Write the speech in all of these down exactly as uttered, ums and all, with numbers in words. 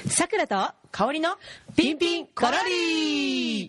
さくらと香りのピンピンコロリー。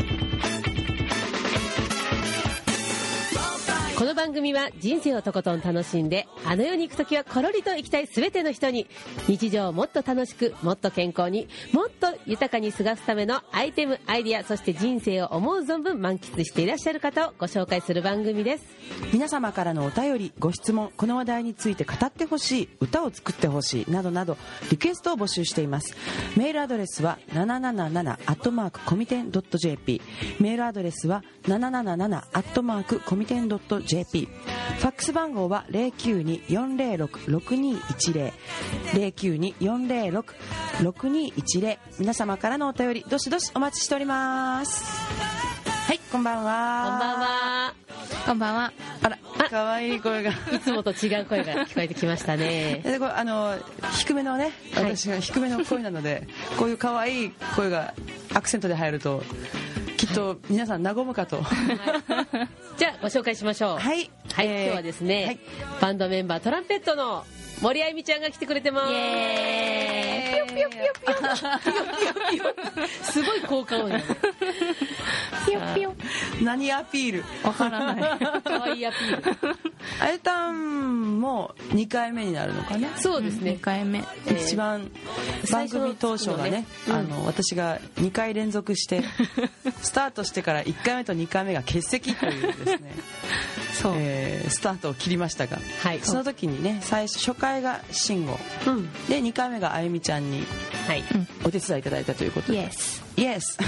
この番組は人生をとことん楽しんで、あの世に行くときはコロリと行きたいすべての人に、日常をもっと楽しく、もっと健康に、もっと豊かに過ごすためのアイテム、アイディア、そして人生を思う存分満喫していらっしゃる方をご紹介する番組です。 皆様からのお便り、ご質問、この話題について語ってほしい、歌を作ってほしいなどなどリクエストを募集しています。メールアドレスはなななななアットマークコミテンドットジェーピー、メールアドレスはなななななアットマークコミテンドットジェーピー、ファックス番号は ゼロきゅうに よんゼロろく ろくにいちゼロ ゼロきゅうに よんゼロろく ろくにいちゼロ、皆様からのお便りどしどしお待ちしております。はい、こんばんは。 こんばんは。 こんばんは。 あら、可愛い声がいつもと違う声が聞こえてきましたね。 でこれあの低めのね、私が低めの声なので、はい、こういう可愛い声がアクセントで入るときっと皆さん和むかと、はい、 じゃあご紹介しましょう。 はい、 はい、えー、今日はですね、はい、バンドメンバートランペットの森あゆみちゃんが来てくれてます。イエーイ。ピヨピヨピヨピヨピヨピヨピヨ。すごい効果音。 ピヨピヨ。 何アピール？ わからない。 可愛いアピール。 あゆたんもにかいめになるのかね。 そうですね。 にかいめ。 一番番組当初がね、あの私がにかい連続してスタートしてからいっかいめとにかいめが欠席というですね。そう、えー、スタートを切りましたが、はい、その時にね、最初初回が慎吾、うん、でにかいめがあゆみちゃんに、はい、お手伝いいただいたということで、 Yes Yes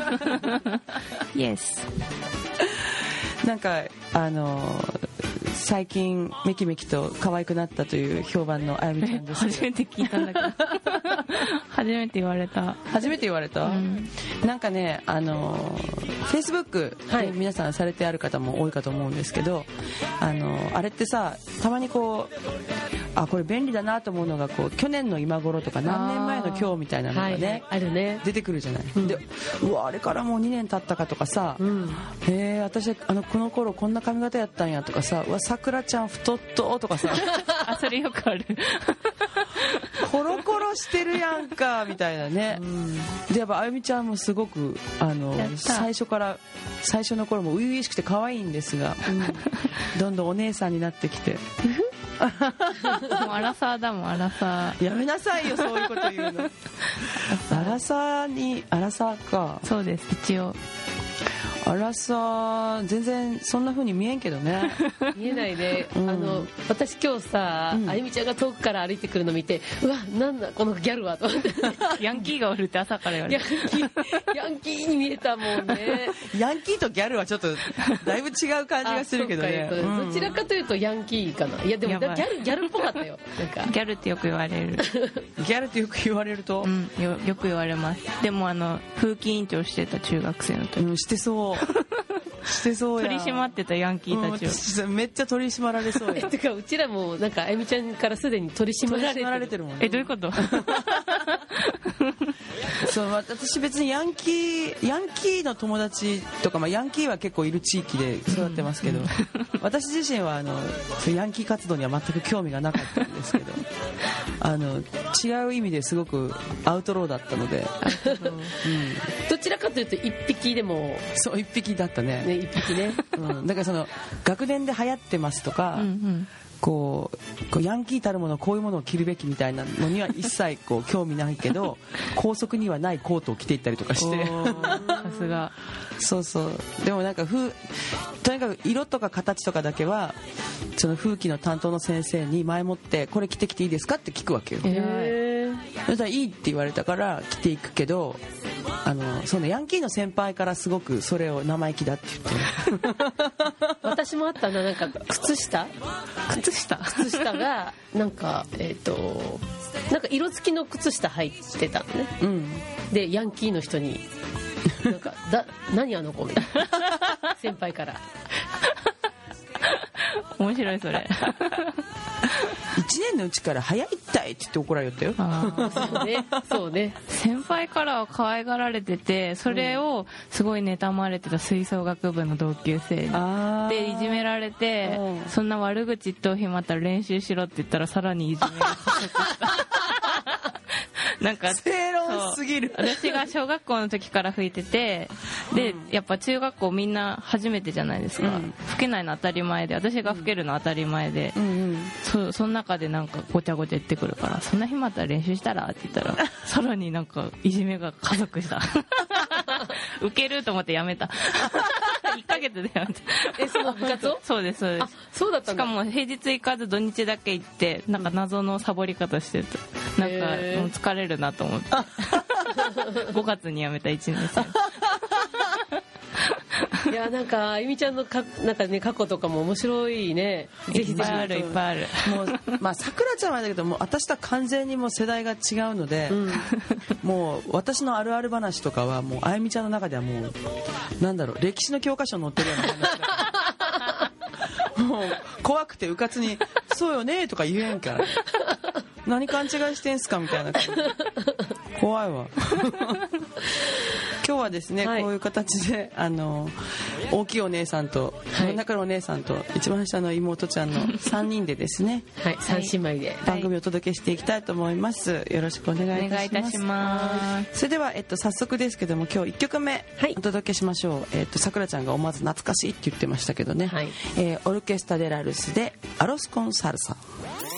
Yes なんかあのー最近めきめきと可愛くなったという評判のあゆみちゃんですけど、 初めて聞いたんだけど初めて言われた初めて言われた、うん、なんかね、あのフェイスブックで皆さんされてある方も多いかと思うんですけど、あのあれってさ、たまにこうあこれ便利だなと思うのがこう去年の今頃とか何年前の今日みたいなのがね、はい、 あるね、 出てくるじゃない、うん、でうわあれからもうにねん経ったかとかさ、うん、へえ私あのこの頃こんな髪型やったんやとかさ、うわさくらちゃん太っととかさあそれよくあるコロコロしてるやんかみたいなね、うん、でやっぱあゆみちゃんもすごくあの最初から最初の頃も初々しくて可愛いんですが、うん、どんどんお姉さんになってきてもうアラサーだもん、アラサー。 やめなさいよそういうこと言うのアラサーにアラサーか。 そうです、一応アラサー全然そんな風に見えんけどね見えないね、うん、あの私今日さ、うん、あゆみちゃんが遠くから歩いてくるの見て、うわなんだこのギャルはと思ってヤンキーがおるって朝から言われる。 ヤンキーヤンキーに見えたもんねヤンキーとギャルはちょっとだいぶ違う感じがするけどねうん、どちらかというとヤンキーかな。いやでもギャルギャルっぽかったよ。なんかギャルってよく言われるギャルってよく言われると、 うん、よ, よく言われます。でもあの風紀委員長してた中学生の時、 うん、してそうしてそうや。 取り締まってたヤンキーたちを、 うん、めっちゃ取り締まられそうやてかうちらもなんかあゆみちゃんからすでに取り締まられて る, られてるもん、ね、 えどういうことそう私別にヤンキーヤンキーの友達とか、まあ、ヤンキーは結構いる地域で育ってますけど、うん、私自身はあのヤンキー活動には全く興味がなかったんですけどあの違う意味ですごくアウトローだったので、 うん、どちらかというと一匹でもそう一匹だったね、 ね一匹ね、 うん、だからその学年で流行ってますとか、うんうんこう、こうヤンキーたるものこういうものを着るべきみたいなのには一切こう興味ないけど校則にはないコートを着ていったりとかしてさすがそうそう。でもなんか風とにかく色とか形とかだけはその風紀の担当の先生に前もってこれ着てきていいですかって聞くわけよ。 へー。 そしたらいいって言われたから着ていくけど、あのそのヤンキーの先輩からすごくそれを生意気だって言って私もあったな、なんか靴下靴下靴下がなんかえっとなんか色付きの靴下入ってたのね、うん、でヤンキーの人になんかだ何あの子みたいな先輩から面白いそれいちねんのうちから早いったいって言って怒られたよ。 あそうねそうね。 先輩からは可愛がられてて、それをすごい妬まれてた吹奏楽部の同級生でいじめられて、そんな悪口言ってお暇あったら練習しろって言ったらさらにいじめが加速したなんか正論すぎる。 私が小学校の時から吹いてて、で、うん、やっぱ中学校みんな初めてじゃないですか、うん、吹けないの当たり前で、私が吹けるの当たり前で、うんうん、そ, その中でなんかごちゃごちゃ言ってくるから、そんな暇あったら練習したらって言ったらさらになんかいじめが加速したウケると思ってやめたいっかげつでやめた。 え、その部活を？ そうですそうです。 あ、そうだったんだ。 しかも平日行かず土日だけ行って、なんか謎のサボり方してた。なんかもう疲れるなと思ってごがつに辞めたいちねん生いや、なんかあゆみちゃんのかなんか、ね、過去とかも面白いね。ぜひぜひ。いっぱいあるいっぱいある。 もうまあさくらちゃんはだけど、もう私とは完全にもう世代が違うので、うん、もう私のあるある話とかはもうあゆみちゃんの中ではもうなんだろう、歴史の教科書に載ってるような話だもう怖くてうかつにそうよねとか言えんから何勘違いしてんすかみたいな怖いわ今日はですね、はい、こういう形であの大きいお姉さんと真ん中のお姉さんと一番下の妹ちゃんのさんにんでですね、 はい、さん姉妹で番組をお届けしていきたいと思います。よろしくお願いいたします。お願いいたします。それでは、えっと、早速ですけども今日いっきょくめお届けしましょう。えっと、さくらちゃんが思わず懐かしいって言ってましたけどね、はい、えー、オルケスタデラルスでアロスコンサルサ。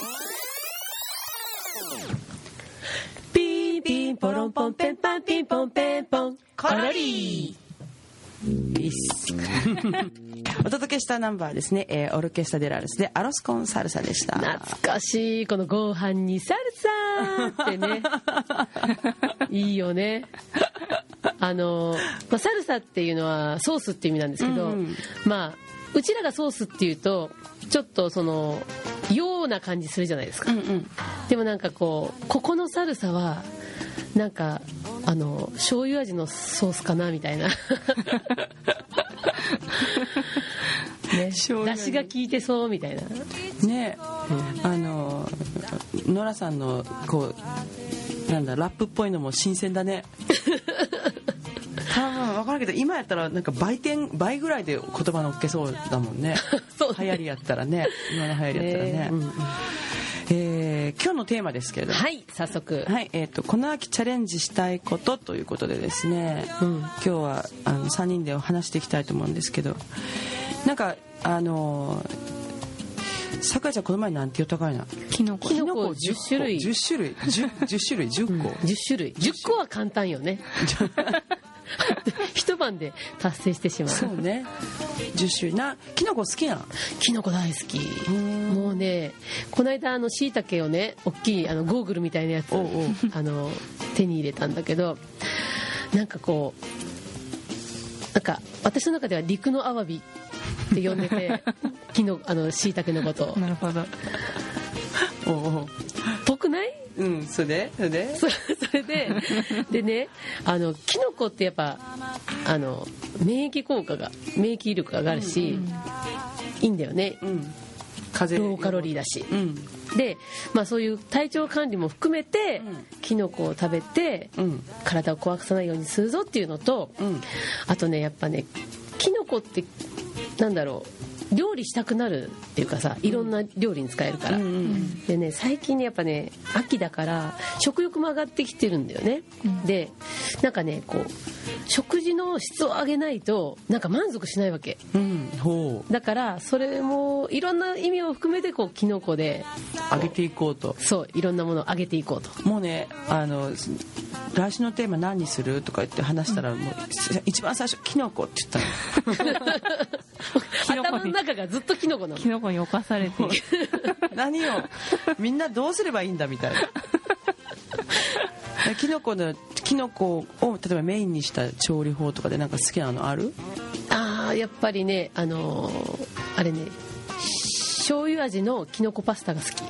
ピンピンポロンポンペンパンピンポンペンポンコロリーいいっすお届けしたナンバーですね、えー、オルケスタデラルスでアロスコンサルサでした。 懐かしい、このご飯にサルサってねいいよね。あの、まあ、サルサっていうのはソースって意味なんですけど、うん、まあうちらがソースっていうとちょっとそのような感じするじゃないですか、うんうん、でもなんかこうここのサルサはなんかあの醤油味のソースかなみたいなね、出汁が効いてそうみたいなね、うん、あのノラさんのこうなんだラップっぽいのも新鮮だね多分分からんけど今やったらなんか倍点倍ぐらいで言葉乗っけそうだもんねそうね、流行りやったらね、今の流行りやったらね、ね、うんうん、えー、今日のテーマですけれども、 はい早速、 はい、えー、とこの秋チャレンジしたいことということでですね、うん、今日はあのさんにんでお話していきたいと思うんですけど、なんかあのー、さくらちゃんこの前なんて言ったかいな、 キノコじゅっ種類じゅっ種類じゅっ種類じゅっこ、うん、 じゅっ種類じゅっこは簡単よね一晩で達成してしまう。 そうね、じゅっ種類な。キノコ好きなの？ キノコ大好き。もうね、この間あの椎茸をね、大きいあのゴーグルみたいなやつをあの手に入れたんだけど、なんかこうなんか私の中では陸のアワビって呼んでてキノあの椎茸のことを。 なるほど。 おお。ぽくない？ うん、それでそれでそれででね、あのキノコってやっぱあの免疫効果が免疫力が上がるし、うんうん、いいんだよね、うん、風邪ローカロリーだし、うん、で、まあ、そういう体調管理も含めて、うん、キノコを食べて、うん、体を壊さないようにするぞっていうのと、うん、あとねやっぱねキノコってなんだろう、料理したくなるっていうかさ、いろんな料理に使えるから、うんうん、でね最近ねやっぱね秋だから食欲も上がってきてるんだよね、うん、でなんかねこう食事の質を上げないとなんか満足しないわけ、うん、ほうだからそれもいろんな意味を含めてこうキノコで上げていこうと、 そういろんなものを上げていこうと。 もうねあの来週のテーマ何にするとか言って話したら、うん、もう一番最初キノコって言ったの頭の中がずっとキノコなの。 キノコに侵されて何をみんなどうすればいいんだみたいなキノコのキノコを例えばメインにした調理法とかでなんか好きなのある？ ああやっぱりねあのー、あれね醤油味のキノコパスタが好き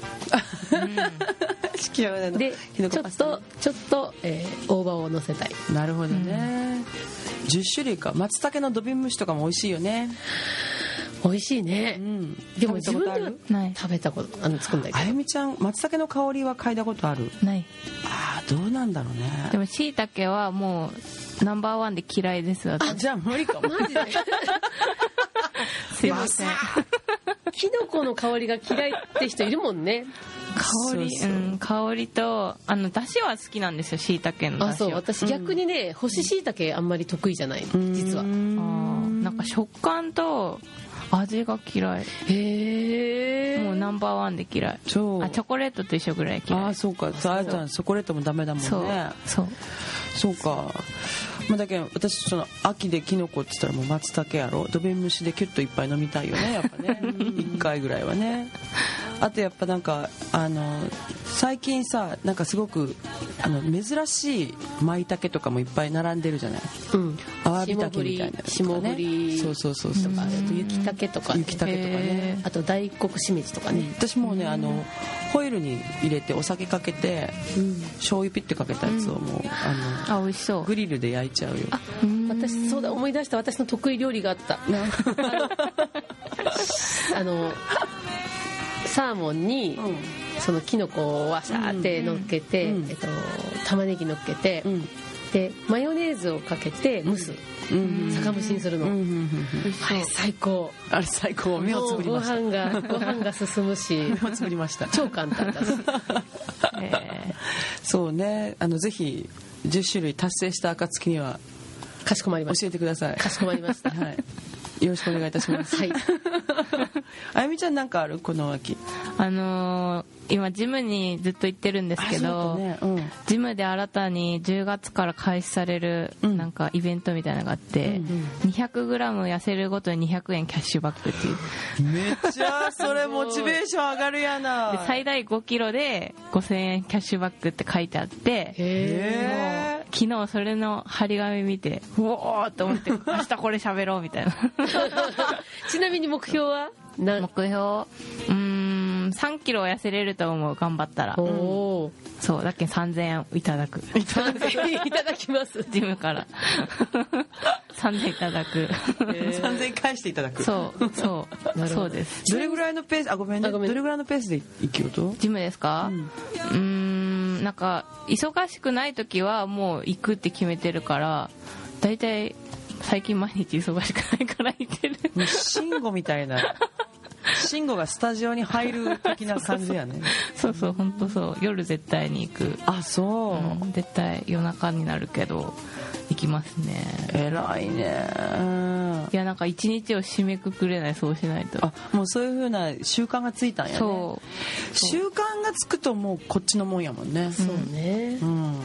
うん、 でちょっとちょっと、えー、大葉を乗せたい。 なるほどね、うん、じゅっ種類か。松茸の土瓶蒸しとかも美味しいよね。 美味しいね、うん、でも自分では食べたことあの作んないけど。 あゆみちゃん松茸の香りは嗅いだことある？ ない。 ああどうなんだろうね。 でも椎茸はもうナンバーワンで嫌いです。 あじゃあ無理かも。マジですいませんキノコの香りが嫌いって人いるもんね。 香りそうそううん、香りとあの出汁は好きなんですよ、椎茸のあ、そう、 出汁は。 私逆にね、干し椎茸あんまり得意じゃないの、実は。 あーなんか食感と味が嫌い。 へえ。 もうナンバーワンで嫌い。 そうあ、チョコレートと一緒ぐらい嫌い。 ああそうか、あやちゃんチョコレートもダメだもんね。 そうそうそうか。まあ、だけど私その秋でキノコって言ったらもう松茸やろ、土瓶蒸しでキュッといっぱい飲みたいよね、やっぱねいっかいぐらいはね。あとやっぱなんかあの最近さ、なんかすごくあの珍しい舞茸とかもいっぱい並んでるじゃない。 うん、 アワビ茸みたいなやつとかね。 霜降り、 そうそうそうそう、 とか、あと雪茸とか、ね、 雪茸とかね。 あと大黒しめじとかね。 私もうね、あのホイルに入れてお酒かけて、うん、醤油ピッてかけたやつをもう、うん、あのあ、美味しそう。 グリルで焼いちゃうよ。 あ、私そうだ、思い出した、私の得意料理があったあのサーモンに、うん、そのキノコをわさーって乗っけて、うん、えっと、玉ねぎ乗っけて、うん、でマヨネーズをかけて蒸す、うん、酒蒸しにするの、うん、あれ最高。あれ最高。目をつぶりました。ご飯がご飯が進むし目をつぶりました。 超簡単だし、 えー、そうね、あのぜひじゅっしゅるい達成した暁にはかしこまりました。 教えてください。 かしこまりました。 はい。よろしくお願いいたします。はい。あゆみちゃんなんかある、この秋。 あのー、今ジムにずっと行ってるんですけど、ね、うん、ジムで新たにじゅうがつから開始されるなんかイベントみたいなのがあって、うんうん、にひゃくグラム 痩せるごとににひゃくえんキャッシュバックっていう。 めっちゃそれモチベーション上がるやな。 で最大ごキロでごせんえんキャッシュバックって書いてあって、 へー、昨日それの張り紙見て、うおーと思って明日これ喋ろうみたいなちなみに目標は目標うーんさんキロ痩せれると思う、頑張ったら。おそうだっけ、さんぜんえんいただく。 さんぜんえんいただきますジムからさんぜんえんいただくさんぜんえん返していただく。 そうそうそうです。 どれぐらいのペース、あごめんね、どれぐらいのペースで行きようと。 ジムですか、うん、うーんなんか忙しくない時はもう行くって決めてるから、だいたい最近毎日忙しくないから行ってる。 慎吾みたいな慎吾がスタジオに入る的な感じやね。 そうそう、本当そう。夜絶対に行く。 あ、そう、 うん、絶対夜中になるけど行きますね。 偉いね。 いや、なんか一日を締めくくれない、そうしないと。 あ、もうそういう風な習慣がついたんやね。 そう習慣がつくともうこっちのもんやもんね。 そうね、 うん、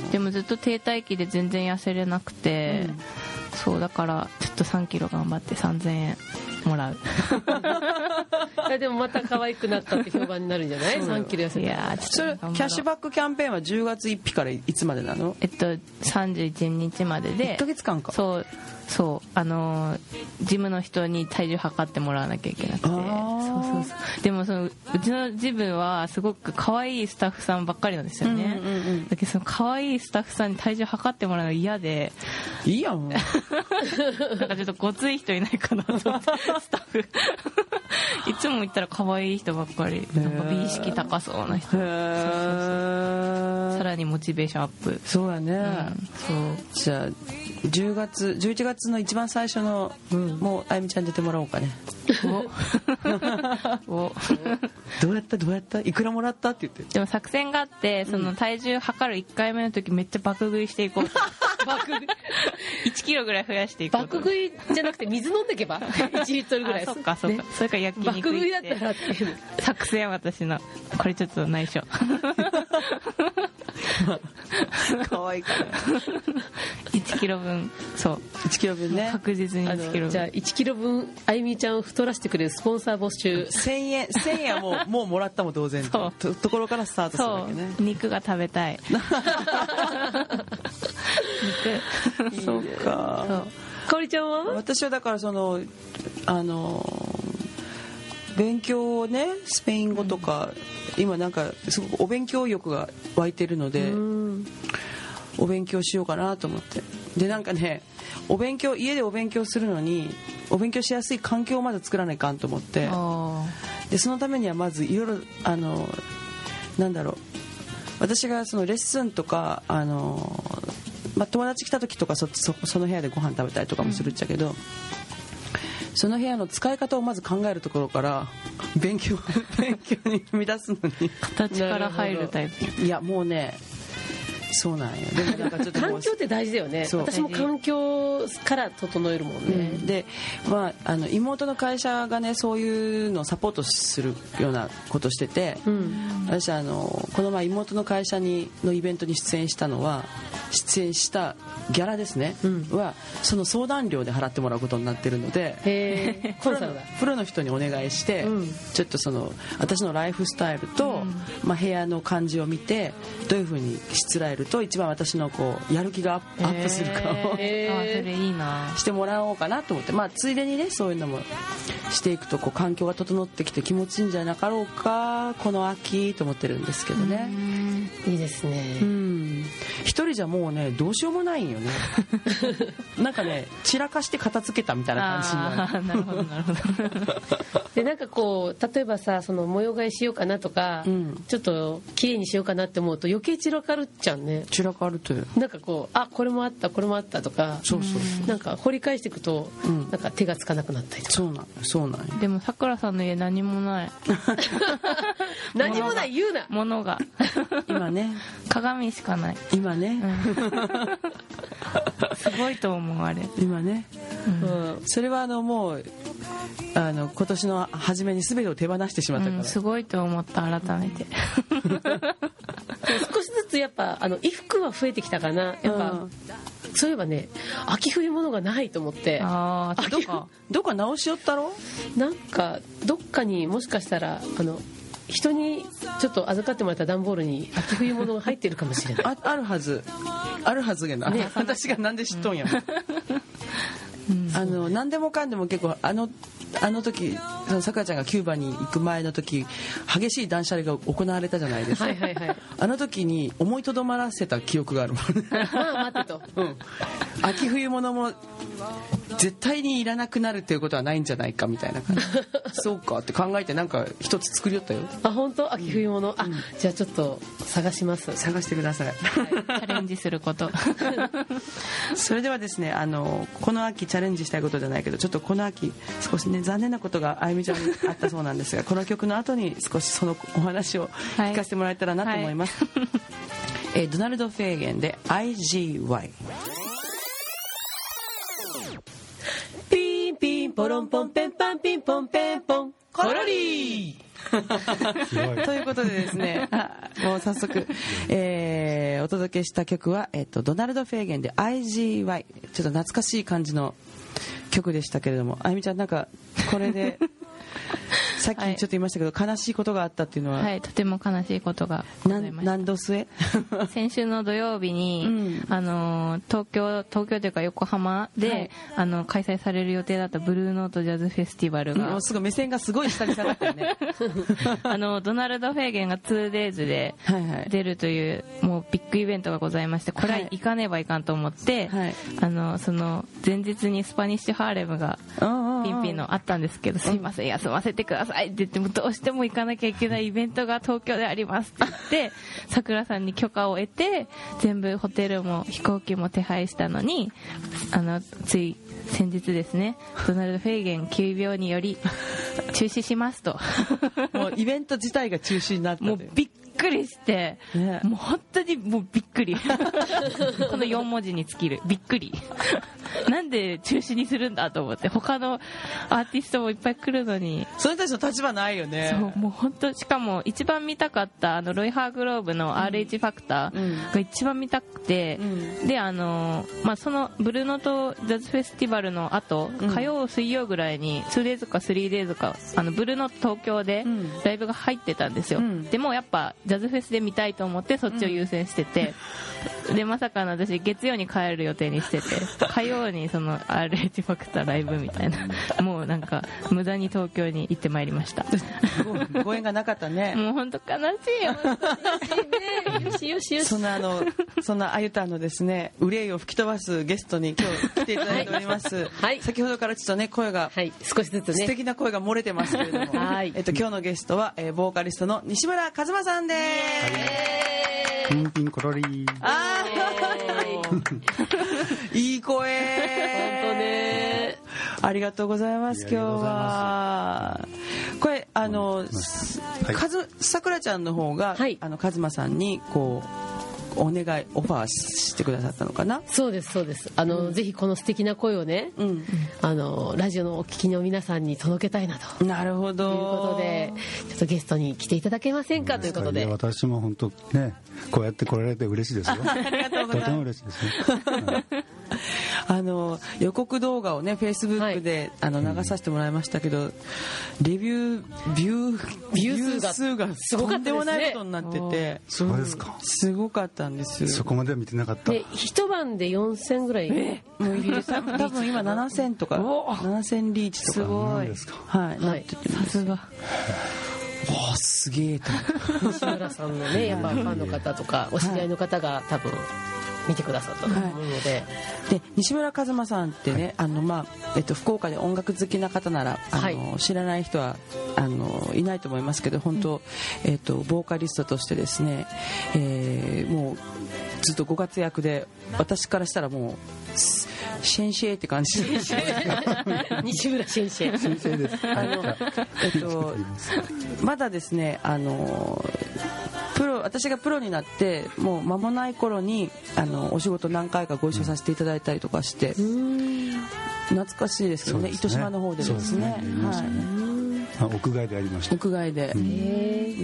でもずっと停滞期で全然痩せれなくて、うん、そうだからちょっとさんキロ頑張ってさんぜんえんもらういやでもまた可愛くなったって評判になるんじゃない？さんキロ痩せた。 いやそれキャッシュバックキャンペーンはじゅうがつついたちからいつまでなの？ えっとさんじゅういちにちまででいっかげつかんか。 そうそうあのー、ジムの人に体重測ってもらわなきゃいけなくて、そうそうそう。でもそのうちのジムはすごく可愛いスタッフさんばっかりなんですよね、うんうんうん、だけどその可愛いスタッフさんに体重測ってもらうの嫌で、 いいやんなんかちょっとごつい人いないかなと思ってスタッフいつも行ったら可愛い人ばっかり、なんか美意識高そうな人、そうそうそう、さらにモチベーションアップ。 そうやね、うん、そうじゃあじゅうがつじゅういちがつの一番最初の、うん、もうあゆみちゃん出てもらおうかね。おおどうやったどうやったいくらもらったって言って。 でも作戦があって、その体重測るいっかいめの時めっちゃ爆食いしていこう爆食いいちキロぐらい増やしていこうと。 爆食いじゃなくて水飲んでけばいちリットルぐらい。 そっかそっか、ね、それから焼肉行って爆食いだったらっていう作戦は私のこれちょっと内緒可愛いからいちキロぶん、そういちキロぶんね、 確実にいちキロぶん。 じゃあいちキロぶんあゆみちゃんを太らせてくれるスポンサー募集。 せんえんせんえんはもうもうもらったも同然ととところからスタートするわけね。 そう肉が食べたい肉そうか。そうかおりちゃんは？ 私はだからそのあの勉強をね、スペイン語とか、うん、今なんかすごくお勉強欲が湧いてるので、うん、お勉強しようかなと思って。でなんかね、お勉強家でお勉強するのにお勉強しやすい環境をまず作らないかんと思って、でそのためにはまずいろいろあのなんだろう、私がそのレッスンとかあの、まあ、友達来た時とか そ, そ, その部屋でご飯食べたりとかもするっちゃけど、うん、 その部屋の使い方をまず考えるところから勉強勉強に踏み出すのに形から入るタイプ。 いやもうねそうなんよ。でもなんかちょっと環境って大事だよね。私も環境から整えるもんね、うん、 で、まあ、あの妹の会社がねそういうのをサポートするようなことしてて、うん、私あのこの前妹の会社にのイベントに出演したのは出演したギャラですね、うん、はその相談料で払ってもらうことになってるので、 へプロのプロの人にお願いして、うん、ちょっとその私のライフスタイルと、うんまあ、部屋の感じを見てどういう風にしつらえると一番私のこうやる気がアップするかを、 えー、あそれいいなしてもらおうかなと思って、まあ、ついでにねそういうのもしていくとこう環境が整ってきて気持ちいいんじゃなかろうかこの秋と思ってるんですけどね。 いいですね。 うん一人じゃもうねどうしようもないんよねなんかね散らかして片付けたみたいな感じになる。 あなるほどなるほどでなんかこう例えばさその模様替えしようかなとか、うん、ちょっと綺麗にしようかなって思うと余計散らかるっちゃうね。 散らかるというなんかこうあこれもあったこれもあったとかそうそうそうなんか掘り返していくと、うん、なんか手がつかなくなったりとか。 そうなんそうなんでもさくらさんの家何もない何もない言うなものが今ね鏡しかない今ね、うん、 すごいと思うあれ今ね、うん、それはあのもうあの今年の初めに全てを手放してしまったから、うん、 すごいと思った改めて少しずつやっぱあの衣服は増えてきたかなやっぱ、うん、そういえばね秋冬物がないと思ってあどっかどっか直しよったろなんかどっかにもしかしたらあの人にちょっと預かってもらった段ボールに秋冬物が入ってるかもしれない あ, あるはずあるはずげな、ね、私がなんで知っとんや、うん、あの何でもかんでも結構あのあの時そのさくらちゃんがキューバに行く前の時激しい断捨離が行われたじゃないですか、 はいはいはい、 あの時に思いとどまらせた記憶があるもんねまあ待ってと、 うん、秋冬物も絶対にいらなくなるっていうことはないんじゃないかみたいな感じそうかって考えてなんか一つ作りよったよ。 あ本当秋冬物、うん、あじゃあちょっと探します探してください、はい、チャレンジすることそれではですねあのこの秋チャレンジしたいことじゃないけどちょっとこの秋少しね残念なことがあゆみちゃんにあったそうなんですがこの曲の後に少しそのお話を聞かせてもらえたらなと思います、はいはいえー、ドナルド・フェーゲンで アイジーワイピンピンポロンポンペンパンピンポンペンポンコロリーということでですねもう早速、えー、お届けした曲は、えー、とドナルド・フェーゲンで アイジーワイ ちょっと懐かしい感じの曲でしたけれどもあゆみちゃんなんかこれでさっきちょっと言いましたけど、はい、悲しいことがあったっていうのははいとても悲しいことがございました。 何度末先週の土曜日に、うん、あの東京東京というか横浜で、はい、あの開催される予定だったブルーノートジャズフェスティバルが、 もうすぐ目線がすごい下に下がったよねあのドナルド・フェーゲンが ツーデイズ で出るという、はいはい、もうビッグイベントがございましてこれは行かねばいかんと思って、はい、あのその前日にスパニッシュハーレムがピンピンのあったんですけど、すいません休ませてくださいって言ってもどうしても行かなきゃいけないイベントが東京でありますって言ってさくらさんに許可を得て全部ホテルも飛行機も手配したのにあのつい先日ですねドナルド・フェーゲン急病により中止しますともうイベント自体が中止になったもうびっくりして、ね、もう本当にもうびっくりこのよん文字に尽きるびっくりなんで中止にするんだと思って他のアーティストもいっぱい来るのにそれたちの立場ないよね。 そうもう本当しかも一番見たかったあのロイ・ハーグローブの アールエイチ ファクターが一番見たくて、うん、であの、まあ、そのブルーノートジャズフェスティバルの後、うん、火曜水曜ぐらいに ツーデイズ か スリーデイズ かあのブルーノート東京でライブが入ってたんですよ、うん、でもやっぱジャズフェスで見たいと思ってそっちを優先してて、うん、でまさかの私月曜に帰る予定にしてて火曜にその アールエイチ ファクターライブみたいなもうなんか無駄に東京に行ってまいりましたご, ご縁がなかったねもう本当悲しいよ悲しいねよしよしよしそんなあのそんなあゆたんのですね憂いを吹き飛ばすゲストに今日来ていただいております、はい、先ほどからちょっとね声が、 はい、少しずつね素敵な声が漏れてますけれども、はいえっと、今日のゲストは、えー、ボーカリストの西村一馬さんです、 ピンピンコロリーあーいい声本当ねありがとうございます。今日はこれあの、はい、かずさくらちゃんの方が、はい、あのかずまさんにこうお願いオファーしてくださったのかな。 そうですそうです。あの、うん、ぜひこの素敵な声をね、うん、あのラジオのお聞きの皆さんに届けたいなと。 なるほど。 ということでちょっとゲストに来ていただけませんか、うん、ということで。 私も本当ねこうやって来られて嬉しいですよ。 ありがとうございます。 とても嬉しいですね。はい、 あの予告動画をねフェイスブックで、はい、あの流させてもらいましたけど、うん、レビュービュービュー数がすごかったですね。とんでもないことになってて、 そうですか。 すごかったんです。 そこまでは見てなかった。 で一晩でよんせんぐらい、えー、もう入れた多分今ななせんとかななせんリーチとかすごいはい、なってて、さすが。あすげえと西村さんのねやっぱファンの方とかお知り合いの方が多分見てくださったと思うので、はい、 で西村一馬さんってね、はい、あのまあえっと福岡で音楽好きな方ならあの、はい、知らない人はあのいないと思いますけど本当、うん、えっとボーカリストとしてですね、えー、もうずっとご活躍で私からしたらもうシェンシェって感じ西村シェンシェ先生です。 あのえっとまだですねあのプロ私がプロになってもう間もない頃にあのお仕事何回かご一緒させていただいたりとかして、うん、懐かしいですけどね、糸島の方でですね、 はい、屋外でありました。 屋外で、うん、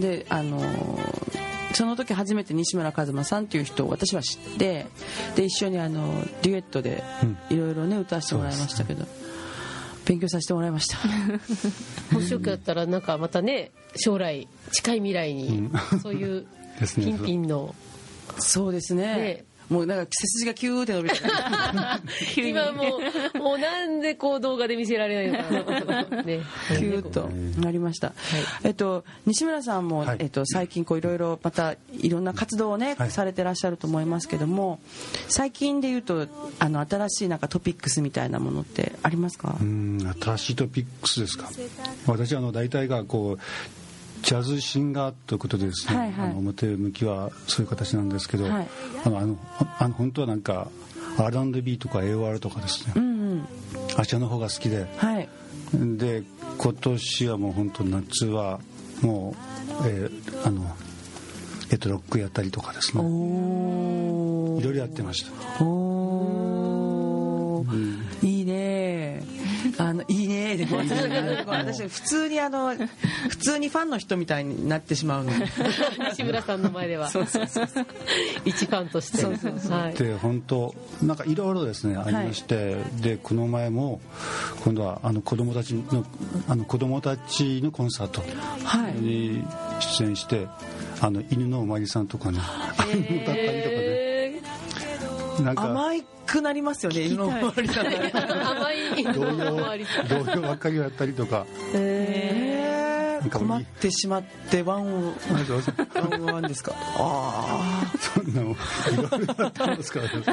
であのその時初めて西村一馬さんっていう人を私は知ってで一緒にあのデュエットでいろいろね歌わせてもらいましたけど、勉強させてもらいました。 もしよかったらなんかまたね将来近い未来にそういうピンピンのそうですね、ねもうなんか背筋がキューって伸びて今もうもうなんでこう動画で見せられないのかな、ね、 キューッとなりました、はいえっと、西村さんも、はいえっと、最近いろいろまたいろんな活動をね、はい、されてらっしゃると思いますけども最近でいうとあの新しいなんかトピックスみたいなものってありますか？ うん新しいトピックスですか。私あの大体がこうジャズシンガーということでですね、はいはい、あの表向きはそういう形なんですけど、はい、あのあのあの本当はなんか アールアンドビー とか エーオーアール とかですね、うんうん、あちらの方が好きで、はい、で今年はもう本当夏はもう、えー、あのえっとロックやったりとかですねいろいろやってました。 おー、うん、いいねあのいいねで私普通にあの普通にファンの人みたいになってしまうの西村さんの前ではそうそうそう一ファンとしてそうそうそう、 はい、で本当なんかいろいろですねありまして、はい、でこの前も今度はあの子供たちのあの子供たちのコンサートに出演して、はい、あの犬のおまわりさんとかねあの歌ったりとかねなんか甘くなりますよね犬のおまわりさん甘い犬のおまわりさん童謡ばっかりやったりとかへー困ってしまってワンをワンワンですかああそんなのいろいろやったんですからね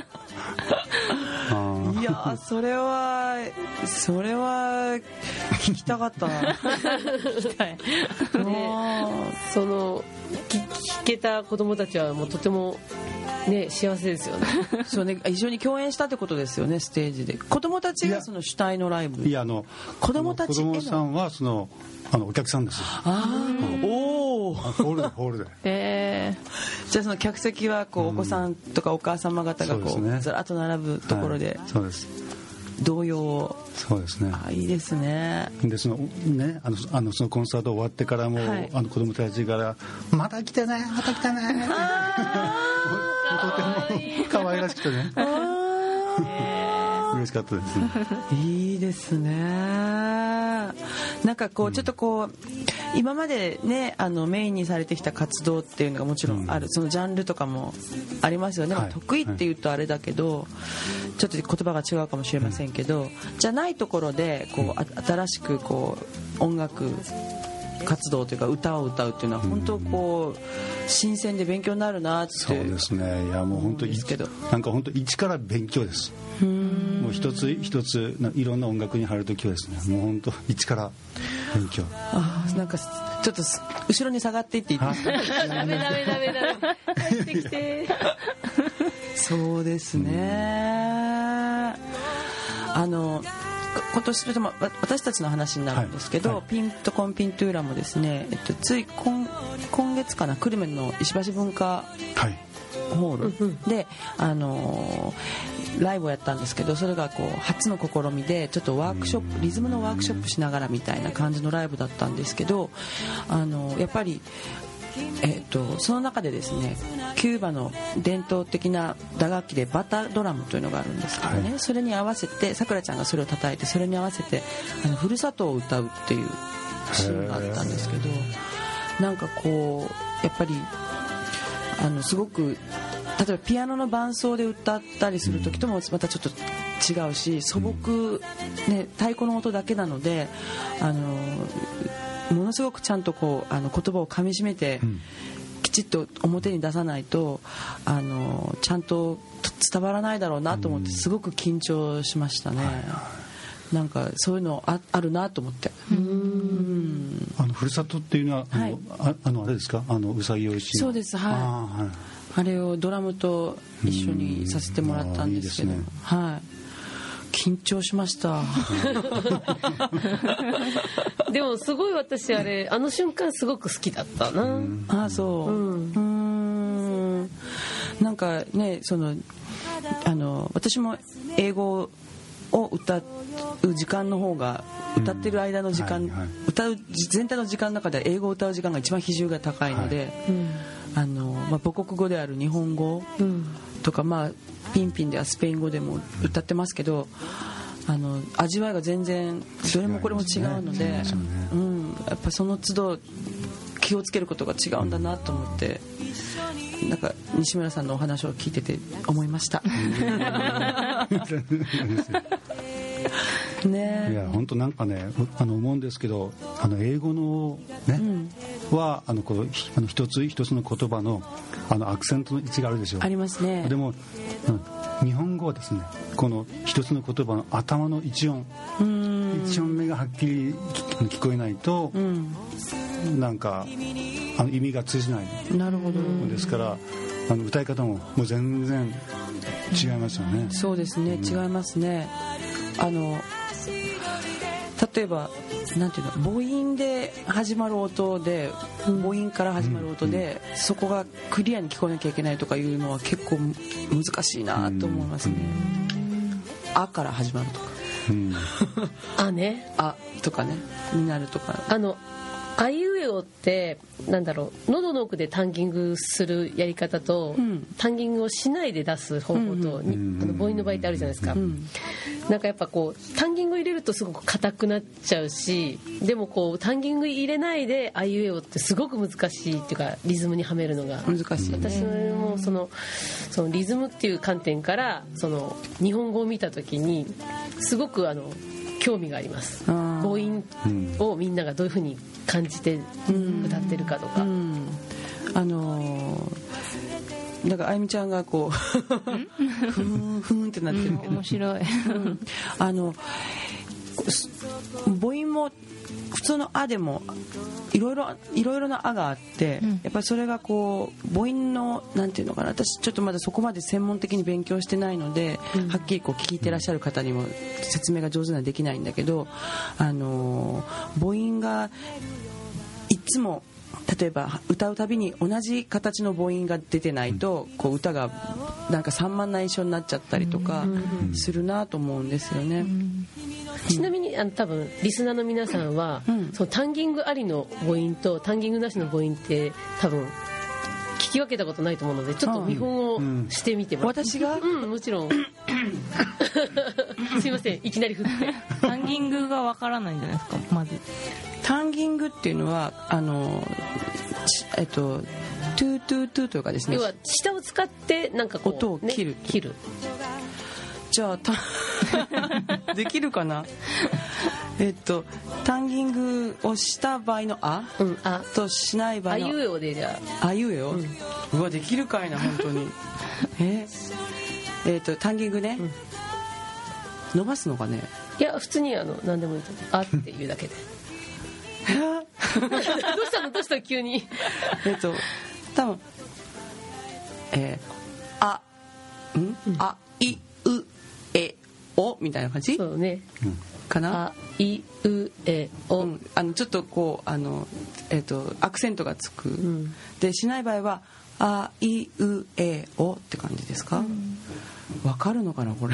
いやそれはそれは聞きたかったな聞きたい、ね、 その聞けた子供たちはもうとてもね、幸せですよね。 そうね、一緒に共演したってことですよね、ステージで。子供たちがその主体のライブ。 いや、あの子供たち子供さんはそのあのお客さんですよ。 ああ、おお。 ホールでホールで。 えー、じゃあその客席はこうお子さんとかお母様方がこう、ね、ずらっと並ぶところで。 はい、そうです。 童謡を。 そうですね。 あ、いいですね。 でそのねあのあのそのコンサート終わってからも、はい、あの子供たちからまた来てねまた来てね。とても可愛らしくてね嬉しかったですね。 いいですね。なんかこうちょっとこう今までねあのメインにされてきた活動っていうのがもちろんある、うん、そのジャンルとかもありますよね、はい、得意っていうとあれだけど、はい、ちょっと言葉が違うかもしれませんけど、うん、じゃないところでこう、うん、新しくこう音楽活動というか歌を歌うっていうのは本当こう新鮮で勉強になるなって。 そうですね。いやもう本当になんか本当一から勉強です。うーんもう一つ一ついろんな音楽に入るときはですねもう本当一から勉強。 あなんかちょっと後ろに下がっていっていいですか。 ダメダメダメダメ帰ってきて。 そうですね。あの今年とても私たちの話になるんですけど、はいはい、ピンとコンピントゥーラもですね、えっと、つい 今, 今月かな久留米の石橋文化ホールで、はい、あのー、ライブをやったんですけど、それがこう初の試みでちょっとワークショップ、リズムのワークショップしながらみたいな感じのライブだったんですけど、あのー、やっぱりえー、とその中でですね、キューバの伝統的な打楽器でバタドラムというのがあるんですけどね、はい、それに合わせてさくらちゃんがそれを叩いて、それに合わせてあのふるさとを歌うっていうシーンがあったんですけど、なんかこうやっぱりあのすごく、例えばピアノの伴奏で歌ったりする時ともまたちょっと違うし、素朴、ね、太鼓の音だけなので、あのものすごくちゃんとこうあの言葉をかみしめて、うん、きちっと表に出さないとあのちゃんと伝わらないだろうなと思ってすごく緊張しましたね、うん、なんかそういうの あ, あるなと思って。うーん、 あのふるさとっていうのはあの、はい、あ, あのあれですか、あのうさぎおいしい。 そうです、はい、あ、はい、あれをドラムと一緒にさせてもらったんですけど、いいですね、はい、緊張しましたでもすごい私あれあの瞬間すごく好きだったな。うん、 あ、そう、うん、うーん、なんかね、そのあの私も英語を歌う時間の方が、歌ってる間の時間、うん、はいはい、歌う全体の時間の中で英語を歌う時間が一番比重が高いので、はい、あのまあ、母国語である日本語とか、まあ、ピンピンではスペイン語でも歌ってますけど、あの味わいが全然どれもこれも違うので、ね、うん、やっぱその都度気をつけることが違うんだなと思って、なんか西村さんのお話を聞いてて思いましたね、 いや本当なんかね、あの思うんですけど、あの英語のね、うん、はあのこのあの一つ一つの言葉のあのアクセントの位置があるでしょう。 ありますね。 でも日本語はですね、この一つの言葉の頭の一音、一音目がはっきり聞こえないと、うん、なんかあの意味が通じない。 なるほど。 ですからあの歌い方ももう全然違いますよね。 そうですね、違いますね。あの例えばなんていうの、母音で始まる音で、母音から始まる音で、うん、そこがクリアに聞こえなきゃいけないとかいうのは結構難しいなと思いますね。あから始まるとか、うん、 あね、 あとかねになるとか、 あのあいうえおってなんだろう、喉の奥でタンギングするやり方と、うん、タンギングをしないで出す方法と、うん、あの母音の場合ってあるじゃないですか、うん、なんかやっぱこうタンギング入れるとすごく硬くなっちゃうし、でもこうタンギング入れないであいうえおってすごく難しいっていうか、リズムにはめるのが難しい、ね、 私もそのそのリズムっていう観点からその日本語を見た時にすごくあの興味があります。母音をみんながどういうふうに感じて歌ってるかとか、うんうん、 あのー、だからあゆみちゃんがこうふーんふーんってなってるけど、 うん、面白い、うん、 あの母音も普通のあでもいろいろいろいろなあがあって、うん、やっぱりそれがこう母音のなんていうのかな、私ちょっとまだそこまで専門的に勉強してないので、うん、はっきりこう聞いてらっしゃる方にも説明が上手にはできないんだけど、あの母音がいつも例えば歌うたびに同じ形の母音が出てないと、こう歌がなんか散漫な印象になっちゃったりとかするなと思うんですよね。 ちなみにあの多分リスナーの皆さんは、うん、そのタンギングありの母音とタンギングなしの母音って多分聞き分けたことないと思うので、ちょっと見本をしてみてもらって、うん、 私が、 うん、もちろんすいません、いきなり振ってタンギングがわからないんじゃないですか。まずタンギングっていうのはあのえっとトゥートゥートゥーというかですね、 要は下を使ってなんかこう音を切る、ね、 切る。 じゃあたできるかなえっとタンギングをした場合のあ、うん、あとしない場合のあいうえおでじゃああいうえお、うん、うわできるかいな本当にええー、とタンギングね、うん、伸ばすのかね。 いや普通にあの何でもいいと思う。あっていうだけでどうしたのどうしたの急にえっと多分えー、あん、うん、あいうえおみたいな感じ。 そうね、 かな。 あいうえお、 うん、あのちょっとこうあの、えー、とアクセントがつく、うん、でしない場合はあいうえおって感じですか。わ、うん、かるのかなこれ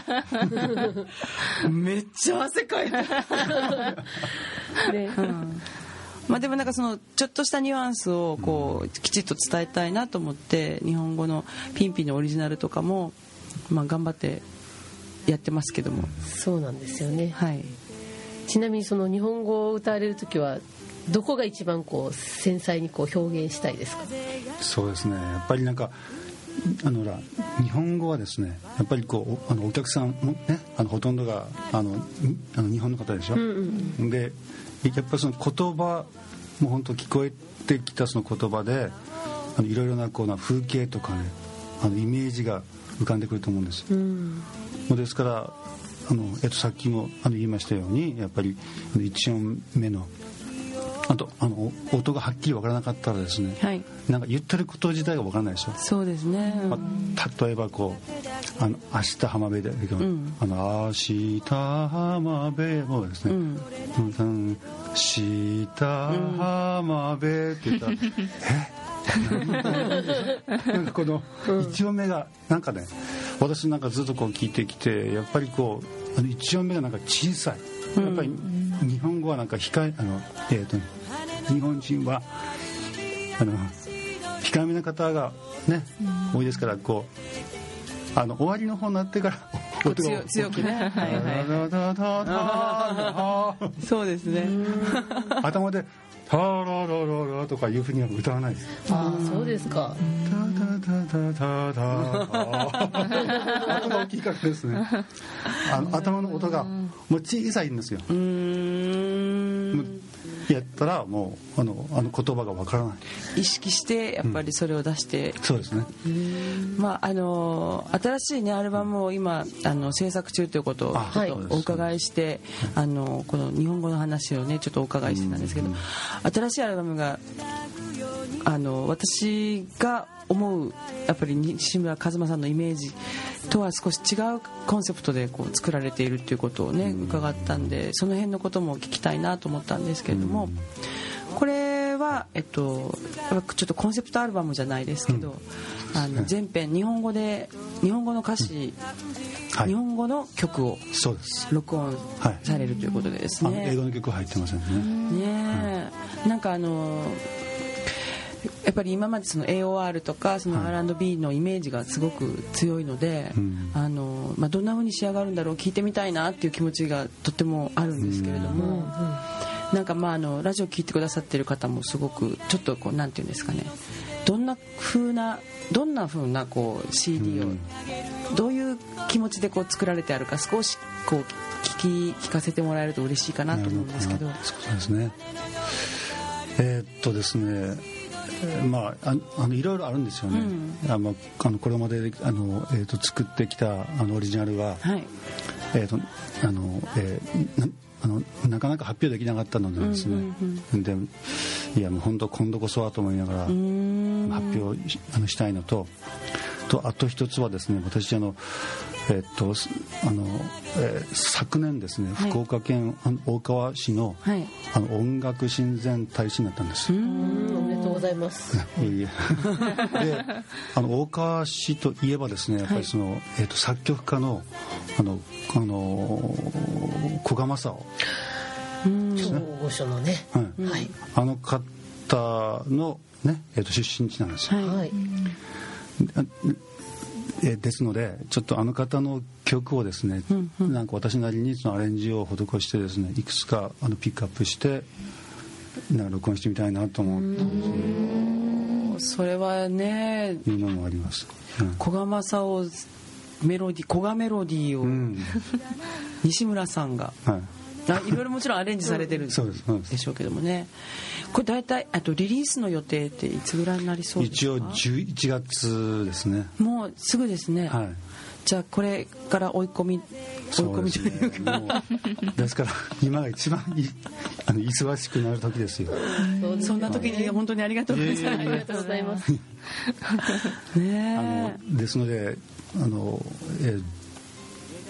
めっちゃ汗かいてね、うん、まあでもなんかそのちょっとしたニュアンスをこうきちっと伝えたいなと思って日本語のピンピンのオリジナルとかも、まあ、頑張ってやってますけども。 そうなんですよね、 はい。 ちなみにその日本語を歌われるときはどこが一番こう繊細にこう表現したいですか。 そうですね、やっぱりなんかあのら日本語はですねやっぱりこう あのお客さんもねあのほとんどがあのあの日本の方でしょ、うんうんうん、でやっぱりその言葉も本当聞こえてきたその言葉であのいろいろなこうな風景とかねあのイメージが浮かんでくると思うんです、うん、ですからあの、えっと、さっきもあの言いましたようにやっぱりいち音目のあとあの音がはっきり分からなかったらですね、はい、なんか言ってること自体が分からないでしょ。 そうですね、 まあ、例えばこうあの明日浜辺で、うん、あの明日浜辺もですね、うんうん、明日浜辺って言ったら、うん、えなんかこの一音目がなんかね私なんかずっとこう聞いてきてやっぱりこうあの一音目がなんか小さいやっぱり日本語はなんか控えあの、えーと、日本人はあの控えめな方がね多いですからこうあの終わりの方になってから音が強くねはいはいそうですね頭でタララララとかいうふうには歌わないです。 ああそうですか。 タタタタタ音が大きいからですねあの頭の音がもう小さいんですよ。うーんやったらもうあのあの言葉がわからない。 意識してやっぱりそれを出して、 うん、そうですね。 まああの新しいねアルバムを今あの制作中ということをちょっとお伺いして、あのこの日本語の話をねちょっとお伺いしてたんですけど、新しいアルバムがあの私が思うやっぱり西村一馬さんのイメージとは少し違うコンセプトでこう作られているということをね伺ったんで、その辺のことも聞きたいなと思ったんですけれども、これはえっとちょっとコンセプトアルバムじゃないですけど、あの全編日本語で日本語の歌詞、はい、日本語の曲を録音されるということでですね。 はい、英語の曲は入ってませんね。 ねえ、なんかあのやっぱり今までその エーオーアール とかその アールアンドビー のイメージがすごく強いので、はい、あのまあ、どんな風に仕上がるんだろう聞いてみたいなっていう気持ちがとってもあるんですけれども、なんかまああのラジオ聞いてくださってる方もすごくちょっとこうなんていうんですかね、どんな風などんな風なこう シーディー をどういう気持ちでこう作られてあるか少しこう聞き聞かせてもらえると嬉しいかなと思うんですけど。 そうですね。えー、っとですね。まあ、ああのいろいろあるんですよね、うん、あのあのこれまであの、えー、と作ってきたあのオリジナルは、はい、えーとあのえー、な, あのなかなか発表できなかったのでですね、うんうんうん、でいやもう本当今度こそはと思いながら発表 し, あのしたいのととあと一つはですね、私あのえっとあの、えー、昨年ですね、はい、福岡県大川市の、はい、あの音楽親善大使になったんです。 うーん、おめでとうございます。 いえいえであの大川市といえばですね、やっぱりその、はい、えー、と作曲家のあのあの古賀正夫ですね、大御所のね、 はいはい、あの方の、ね、えー、と出身地なんですよ。はい、えですのでちょっとあの方の曲をですね、うんうん、なんか私なりにそのアレンジを施してですね、いくつかあのピックアップしてなんか録音してみたいなと思ってですね。 それはね、 いうのもあります。 うん、古賀正夫メロディ古賀メロディーを、うん、西村さんが、はい、いろいろもちろんアレンジされてるんでしょうけどもね。これ大体あとリリースの予定っていつぐらいになりそうですか？ 一応じゅういちがつですね。 もうすぐですね。はい、じゃあこれから追い込み追い込みというか、 ね、ですから今が一番いあの忙しくなる時ですよ。 そんな時に本当にありがとうございます。 ありがとうございます。 ね、 あのですのであの、えー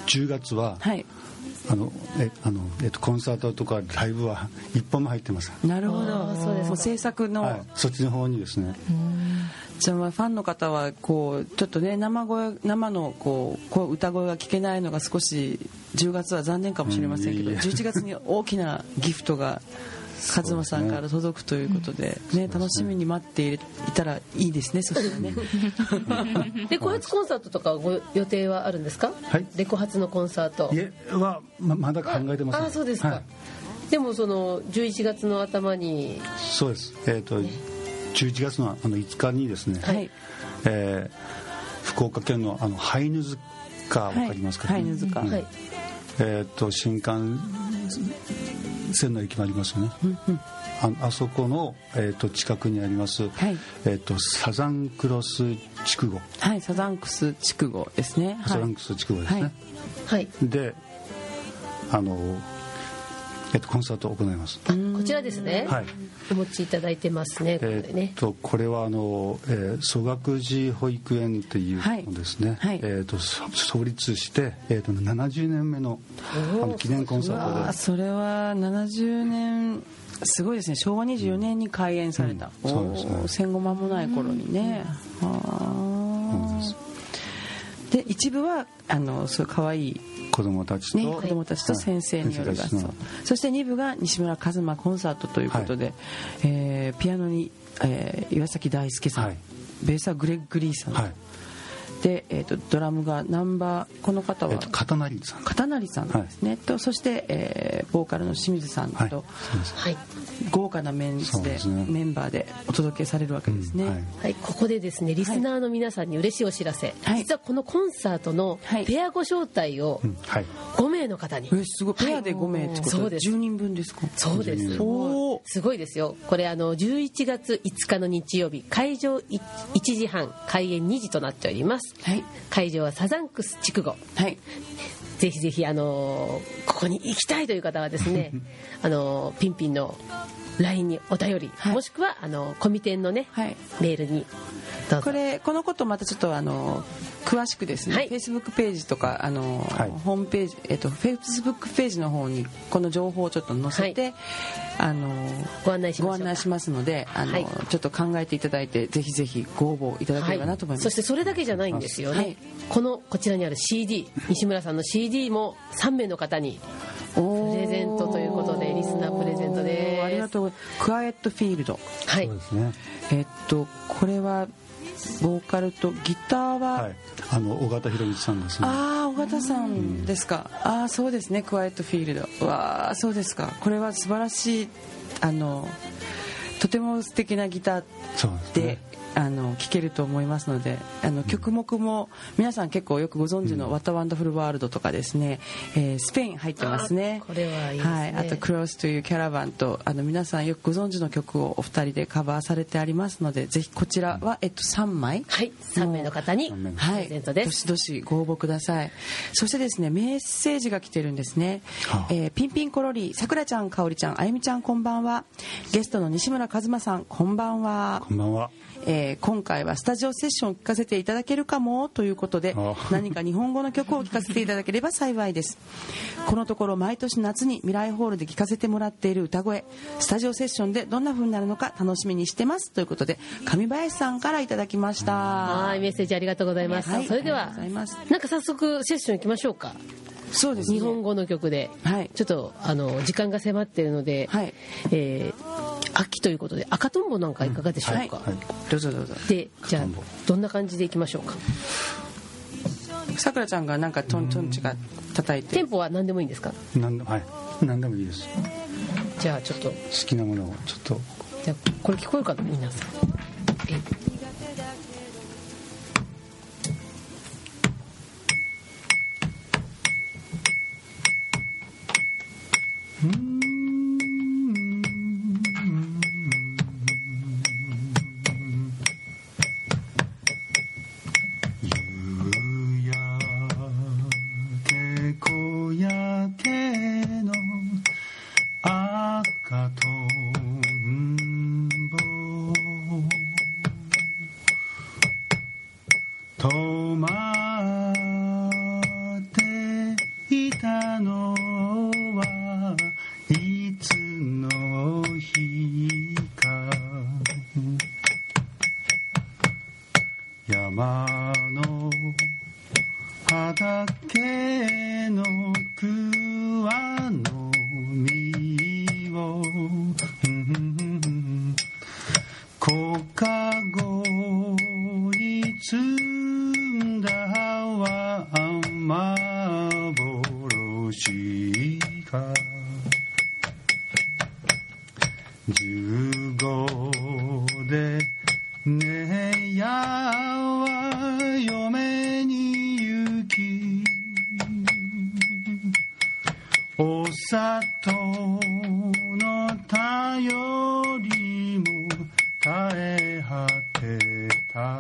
じゅうがつは、 はい、 あのえあのえっとコンサートとかライブは一本も入ってません。 なるほど。そうです。もう制作の、 はい、そっちの方にですね。 じゃあ、まあファンの方はこうちょっとね、生声生のこうこう歌声が聞けないのが少しじゅうがつは残念かもしれませんけど、うん、じゅういちがつに大きなギフトが和馬さんから届くということで、ね、楽しみに待っていたらいいですね。そしたらね。 レコ発コンサートとかご予定はあるんですか？はい、レコ発のコンサート。 いえは ま, まだ考えてません。 ああ、そうですか。はい、でもそのじゅういちがつの頭に。 そうです。えっ、ー、とじゅういちがつのあのいつかにですね。はい、えー、福岡県のあのハイヌズカわかりますか、ね？ はい、ハイヌズカ。うん、はい。 えっ、ー、と新幹線の駅もありますよね。うんうん、あ, あそこの、えー、と近くにあります、はい、えー、とサザンクロス筑後。 はい、サザンクス筑後ですね。 サザンクス筑後ですね。はい。はい、で、あの、えー、とコンサートを行います。 こちらですね。はい。お持ちいただいてますね。これね。 えー、とこれはあの、えー、曽我寺保育園っていうのですね。はい。えー、と創立して、えー、とななじゅうねんめのあの記念コンサートで。 それはななじゅうねん。すごいですね。しょうわにじゅうよねんに開園された、うん、そうですね、戦後間もない頃にね、うん、あで一部はあのそういう可愛い子供たちと、 ね、子供たちと先生による合奏、はい、そしてに部が西村一馬コンサートということで、はい、えー、ピアノに、えー、岩崎大輔さん、はい、ベースはグレッグ・リーさん、はい、で、えー、とドラムがナンバーこの方は、えー、と片成さん片成さんですね、はい、とそして、えー、ボーカルの清水さんと、はい、豪華なメンツで、ね、メンバーでお届けされるわけですね、うん、はいはい、ここでですねリスナーの皆さんに嬉しいお知らせ、はい、実はこのコンサートのペアご招待をごめいの方に、 はい、すごいペアでごめいってことでじゅうにんぶんですか？ そうです。おすごいですよ。これあのじゅういちがついつかの日曜日、会場いちじはん開演にじとなっております、はい、会場はサザンクス筑後、はい、ぜひぜひあのー、ここに行きたいという方はですねあのー、ピンピンの ライン にお便り、はい、もしくはあのコミテンのね、はい、メールにどうぞ。 これこのことまたちょっとあの詳しくですね、はい、Facebook ページとかあの、はい、ホームページ、えっと、Facebook ページの方にこの情報をちょっと載せて、はい、あのご案内しましょうか。 ご案内しますのであの、はい、ちょっと考えていただいてぜひぜひご応募いただければなと思います、 はい、そしてそれだけじゃないんですよね、はい、このこちらにある シーディー 西村さんの シーディー もさんめいの方にプレゼントということでリスナープレゼントです。 ありがとう。クワイエットフィールド、 はい、 そうですね。 えっとこれはボーカルとギターは、はい、 あの尾形弘道さんですね。 ああ、尾形さんですか、うん、ああそうですね。クワイエットフィールド、わあそうですか。これは素晴らしい、あのとても素敵なギターで、そうですね、あの聴けると思いますので、あの曲目も皆さん結構よくご存知の「What a Wonderful World」とかですね、えー、スペイン入ってますね。 これはいいですね。はい、 あと「Close というキャラバンとあの皆さんよくご存知の曲をお二人でカバーされてありますので、ぜひこちらは、えっと、さんまい、 はい、さんめいの方にプレゼントです、はい、 どしどしご応募ください。そしてですねメッセージが来てるんですね、はあえー、ピンピンコロリさくらちゃん、かおりちゃん、あゆみちゃん、こんばんは。ゲストの西村一馬さん、こんばんは。 こんばんは。 えー、今回はスタジオセッションを聞かせていただけるかもということで、何か日本語の曲を聞かせていただければ幸いです。このところ毎年夏に未来ホールで聞かせてもらっている歌声、スタジオセッションでどんな風になるのか楽しみにしてますということで、上林さんからいただきました。 はい、メッセージありがとうございます、はい、それではなんか早速セッション行きましょうか。 そうですね、 日本語の曲で、はい、ちょっとあの時間が迫っているので、はい、えー秋ということで赤とんぼなんかいかがでしょうか、うんはいはい、 どうぞどうぞ。 でじゃあどんな感じでいきましょうか。 さくらちゃんがなんかトントンチが叩いて、 テンポは何でもいいんですか？ 何でも、はい、何でもいいです。 じゃあちょっと好きなものをちょっと。 じゃあこれ聞こえるかな皆さん。え止まっての畑の桑の実を小かごに積んだは幻か十五でねやは嫁に行きお砂糖の頼りも絶え果てた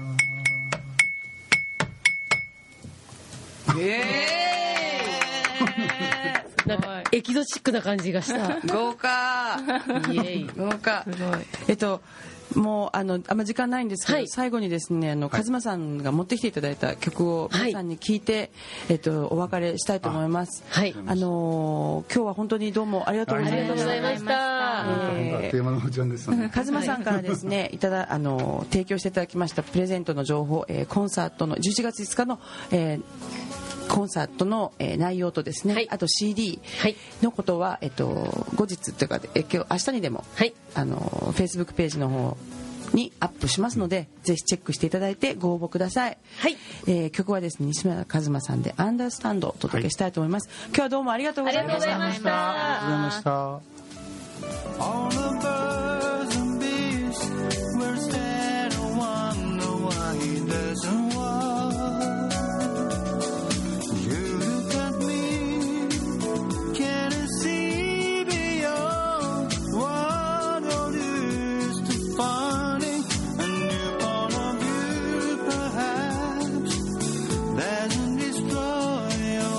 なんかエキゾチックな感じがした豪華イエイ豪華すごい。 えっともうあのあんま時間ないんですけど、 はい最後にですねあの、はい、カズマさんが持ってきていただいた曲を皆さんに聞いて、はいえっと、お別れしたいと思います。 はい、 あのー、今日は本当にどうもありがとうございました。 ありがとうございました。 あっという間の時間でしたね。 カズマさんからですねいただあの提供していただきましたプレゼントの情報、えー、コンサートのじゅういちがついつかの、えーコンサートの、えー、内容とですね、はい、あと シーディー のことは、えっと、後日というか、えー、今日明日にでも、はい、あの Facebook ページの方にアップしますのでぜひチェックしていただいてご応募ください、はいえー、曲はですね西村一馬さんでアンダースタンドをお届けしたいと思います、はい、今日はどうもありがとうございました。 ありがとうございました。 ありがとうございました。All the birds and bees were sad and wonder why he doesn't walk. You look at me, can you see beyond what all used to finding a new point of view perhaps doesn't destroy your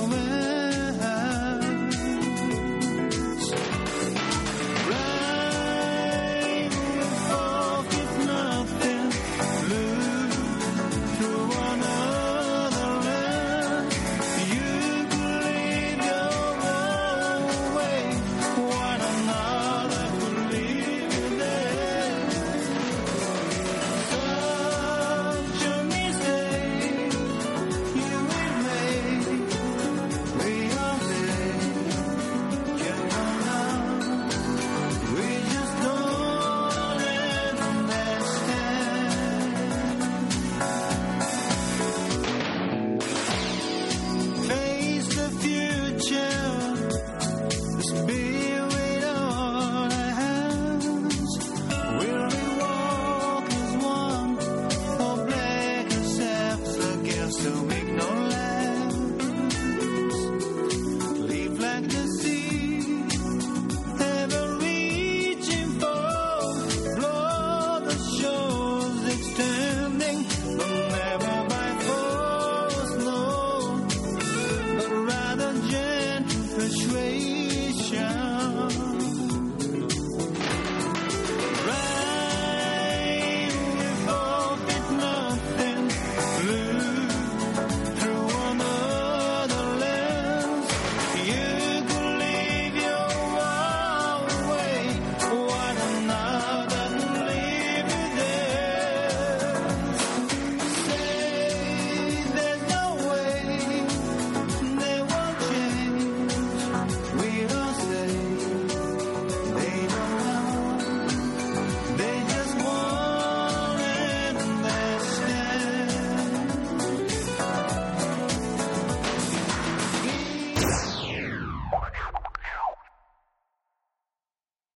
ways. Rain will fall with nothing, blue through another land. You could leave your own way, while another could leave you there. Such a mistake you will make. We all say, can't run out. We just don't understand. Face the future, the spirit on our hands. Will we walk as one, or black ourselves against the wind?